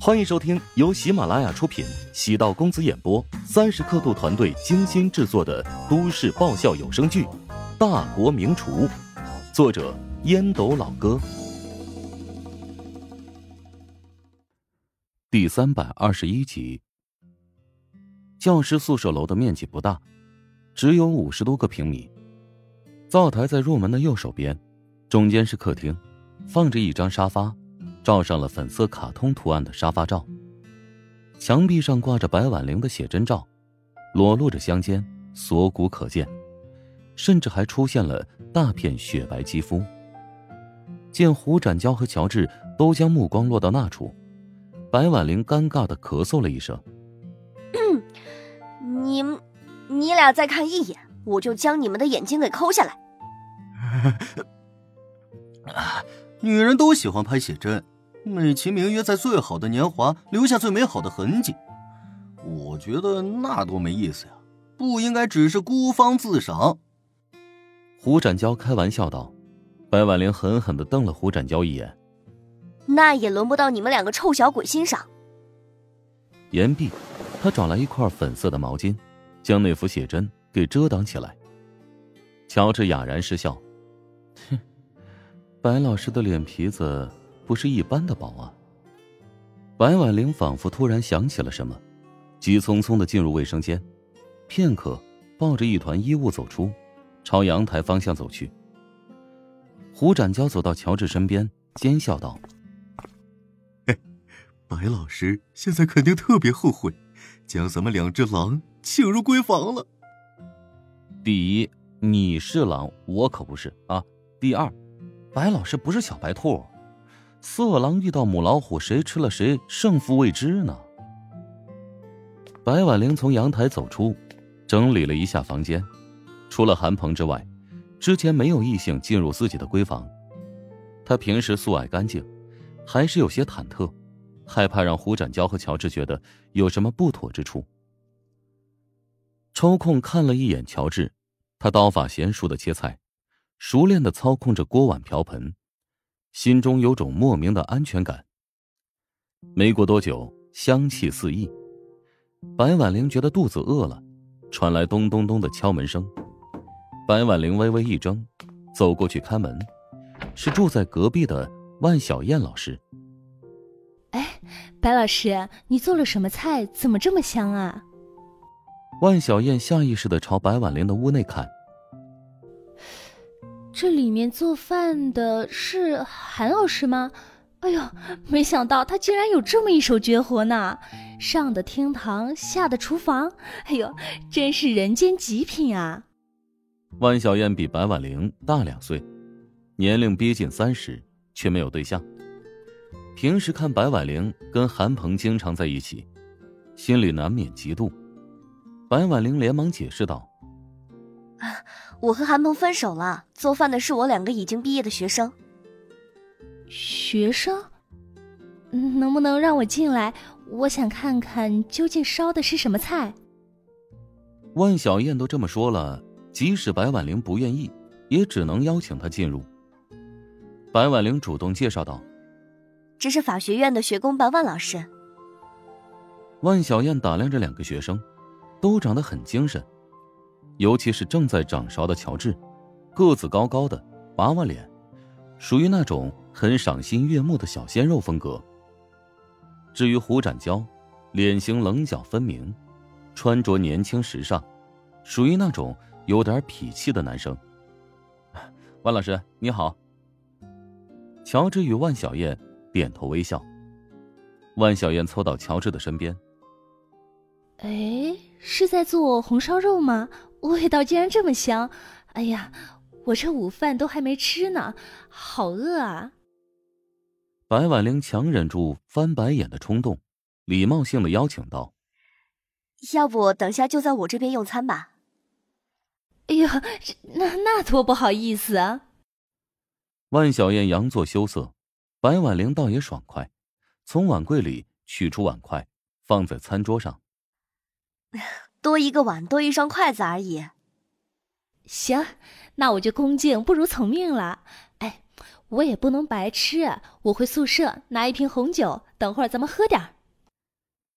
欢迎收听由喜马拉雅出品，喜道公子演播，30刻度团队精心制作的都市爆笑有声剧《大国名厨》，作者烟斗老哥。第321集。教师宿舍楼的面积不大，只有50多个平米。灶台在入门的右手边，中间是客厅，放着一张沙发，罩上了粉色卡通图案的沙发罩。墙壁上挂着白婉玲的写真照，裸露着香肩，锁骨可见，甚至还出现了大片雪白肌肤。见胡展娇和乔治都将目光落到那处，白婉玲尴尬地咳嗽了一声。 你俩再看一眼，我就将你们的眼睛给抠下来。 女人都喜欢拍写真，美其名曰在最好的年华留下最美好的痕迹。我觉得那多没意思呀，不应该只是孤芳自赏。 胡展娇开玩笑道。白婉玲狠狠地瞪了胡展娇一眼。 那也轮不到你们两个臭小鬼欣赏。 言毕，她找来一块粉色的毛巾，将那幅写真给遮挡起来。乔治哑然失笑，哼，白老师的脸皮子不是一般的薄啊。白婉玲仿佛突然想起了什么，急匆匆地进入卫生间，片刻抱着一团衣物走出，朝阳台方向走去。胡展娇走到乔治身边，奸笑道： 白老师现在肯定特别后悔，将咱们2只狼请入闺房了。 第一，你是狼，我可不是啊。第二，白老师不是小白兔，色狼遇到母老虎，谁吃了谁，胜负未知呢。白婉玲从阳台走出，整理了一下房间，除了韩鹏之外，之前没有异性进入自己的闺房。她平时素爱干净，还是有些忐忑，害怕让胡展娇和乔治觉得有什么不妥之处。抽空看了一眼乔治，他刀法娴熟的切菜，熟练地操控着锅碗瓢盆，心中有种莫名的安全感。没过多久，香气四溢，白婉玲觉得肚子饿了，传来咚咚咚的敲门声。白婉玲微微一怔，走过去开门，是住在隔壁的万小燕老师。 白老师，你做了什么菜，怎么这么香啊？ 万小燕下意识地朝白婉玲的屋内看。 这里面做饭的是韩老师吗？哎呦，没想到他竟然有这么一手绝活呢，上的厅堂，下的厨房，哎呦，真是人间极品啊。 万小燕比白婉玲大2岁，年龄逼近30，却没有对象。平时看白婉玲跟韩鹏经常在一起，心里难免嫉妒。白婉玲连忙解释道： 我和韩鹏分手了，做饭的是我2个已经毕业的学生。 学生？能不能让我进来？我想看看究竟烧的是什么菜。 万小燕都这么说了，即使白婉玲不愿意，也只能邀请她进入。白婉玲主动介绍道： 这是法学院的学工班万老师。 万小燕打量着2个学生，都长得很精神，尤其是正在掌勺的乔治，个子高高的，娃娃脸，属于那种很赏心悦目的小鲜肉风格。至于胡展娇，脸型棱角分明，穿着年轻时尚，属于那种有点痞气的男生。万老师你好。乔治与万小燕点头微笑。万小燕凑到乔治的身边。 是在做红烧肉吗？味道竟然这么香，哎呀，我这午饭都还没吃呢，好饿啊。 白婉玲强忍住翻白眼的冲动，礼貌性的邀请道： 要不等下就在我这边用餐吧。 哎呀，那多不好意思啊。 万小燕佯作羞涩，白婉玲倒也爽快，从碗柜里取出碗筷，放在餐桌上。 多一个碗，多一双筷子而已。 行，那我就恭敬不如从命了。我也不能白吃，我回宿舍拿一瓶红酒，等会儿咱们喝点儿。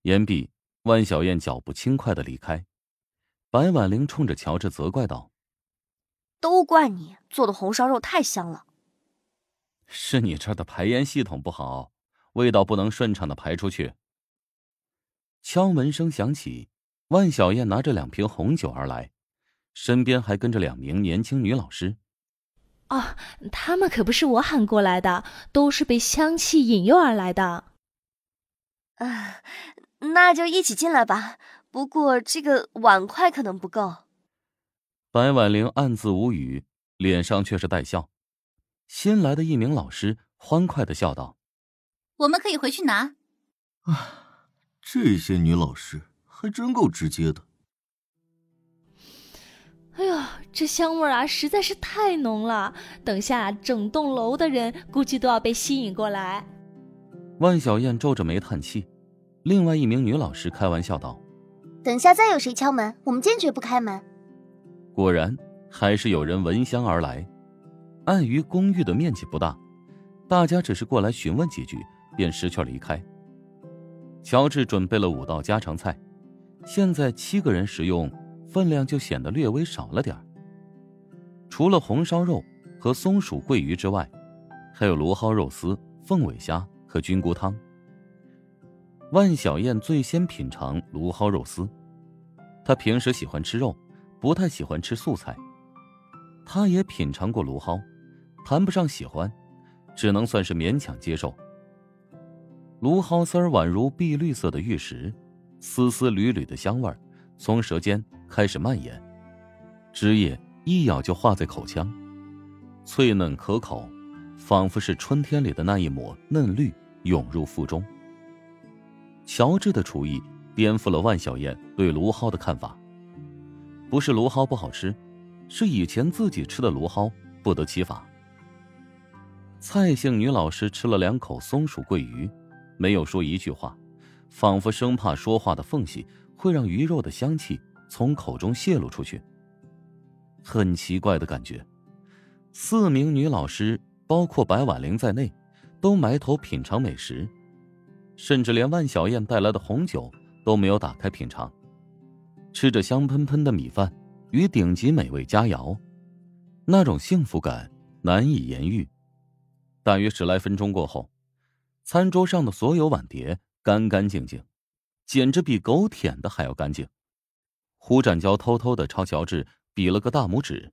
言毕，万小燕脚步轻快地离开。白婉玲冲着乔治责怪道： 都怪你做的红烧肉太香了。 是你这儿的排烟系统不好，味道不能顺畅地排出去。敲门声响起，万小燕拿着2瓶红酒而来，身边还跟着2名年轻女老师。 哦，他们可不是我喊过来的，都是被香气引诱而来的。 那就一起进来吧，不过这个碗筷可能不够。 白婉玲暗自无语，脸上却是带笑。新来的一名老师欢快地笑道： 我们可以回去拿。 这些女老师还真够直接的。 哎呦，这香味啊实在是太浓了，等下整栋楼的人估计都要被吸引过来。 万小燕皱着眉叹气。另外一名女老师开玩笑道： 等下再有谁敲门，我们坚决不开门。 果然还是有人闻香而来。碍于公寓的面积不大，大家只是过来询问几句便识趣离开。乔治准备了5道家常菜，现在7个人食用，分量就显得略微少了点儿。除了红烧肉和松鼠桂鱼之外，还有芦蒿肉丝、凤尾虾和菌菇汤。万小燕最先品尝芦蒿肉丝，她平时喜欢吃肉，不太喜欢吃素菜。她也品尝过芦蒿，谈不上喜欢，只能算是勉强接受。芦蒿丝儿宛如碧绿色的玉石，丝丝缕缕的香味从舌尖开始蔓延，汁液一咬就化在口腔，脆嫩可口，仿佛是春天里的那一抹嫩绿涌入腹中。乔治的厨艺颠覆了万小燕对芦蒿的看法，不是芦蒿不好吃，是以前自己吃的芦蒿不得其法。蔡姓女老师吃了2口松鼠桂鱼，没有说一句话，仿佛生怕说话的缝隙会让鱼肉的香气从口中泄露出去。很奇怪的感觉，4名女老师包括白婉玲在内都埋头品尝美食，甚至连万小燕带来的红酒都没有打开品尝。吃着香喷喷的米饭与顶级美味佳肴，那种幸福感难以言喻。大约10来分钟过后，餐桌上的所有碗碟干干净净，简直比狗舔的还要干净。胡展娇偷偷地朝乔治比了个大拇指。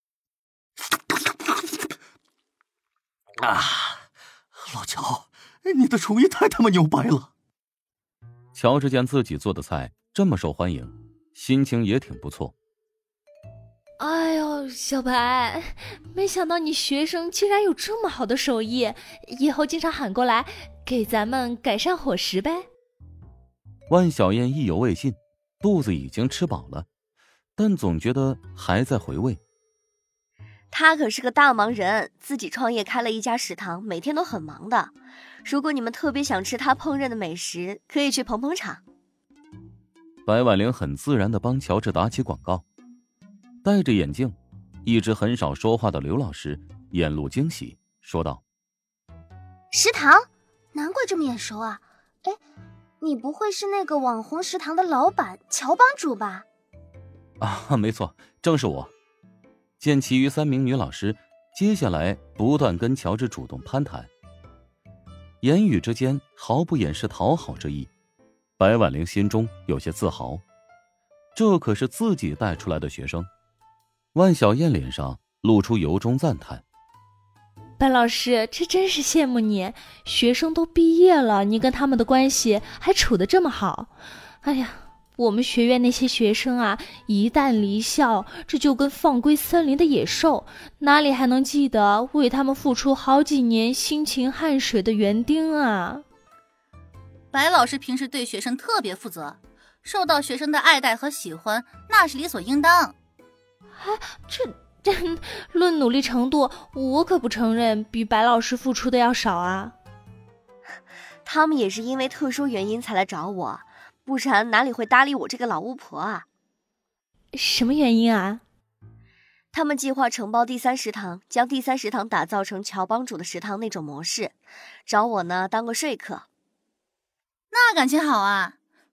老乔，你的厨艺太他妈牛掰了。 乔治见自己做的菜这么受欢迎，心情也挺不错。 哎呦，小白，没想到你学生竟然有这么好的手艺，以后经常喊过来给咱们改善伙食呗。 万小燕意犹未尽，肚子已经吃饱了，但总觉得还在回味。 他可是个大忙人，自己创业开了一家食堂，每天都很忙的。如果你们特别想吃他烹饪的美食，可以去捧捧场。 白婉玲很自然地帮乔治打起广告。戴着眼镜一直很少说话的刘老师眼露惊喜，说道： 食堂？难怪这么眼熟啊。哎，你不会是那个网红食堂的老板乔帮主吧？ 啊，没错，正是我。见其余3名女老师接下来不断跟乔治主动攀谈，言语之间毫不掩饰讨好之意，白婉玲心中有些自豪，这可是自己带出来的学生。万小燕脸上露出由衷赞叹： 白老师，这真是羡慕你，学生都毕业了，你跟他们的关系还处得这么好。哎呀，我们学院那些学生啊，一旦离校，这就跟放归森林的野兽，哪里还能记得为他们付出好几年辛勤汗水的园丁啊。 白老师平时对学生特别负责，受到学生的爱戴和喜欢，那是理所应当。这论努力程度，我可不承认比白老师付出的要少啊。 他们也是因为特殊原因才来找我，不然哪里会搭理我这个老巫婆啊？ 什么原因啊？ 他们计划承包第3食堂，将第3食堂打造成乔帮主的食堂那种模式，找我呢当个说客。 那感情好啊，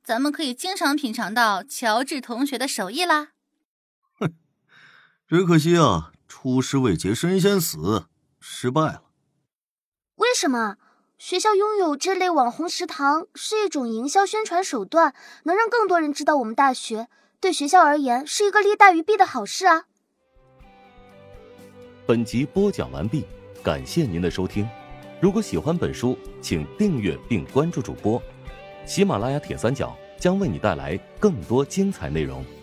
咱们可以经常品尝到乔治同学的手艺啦。 哼，只可惜啊，出师未捷身先死，失败了。 为什么？学校拥有这类网红食堂是一种营销宣传手段，能让更多人知道我们大学，对学校而言是一个利大于弊的好事啊。 本集播讲完毕，感谢您的收听。如果喜欢本书，请订阅并关注主播。喜马拉雅铁三角将为你带来更多精彩内容。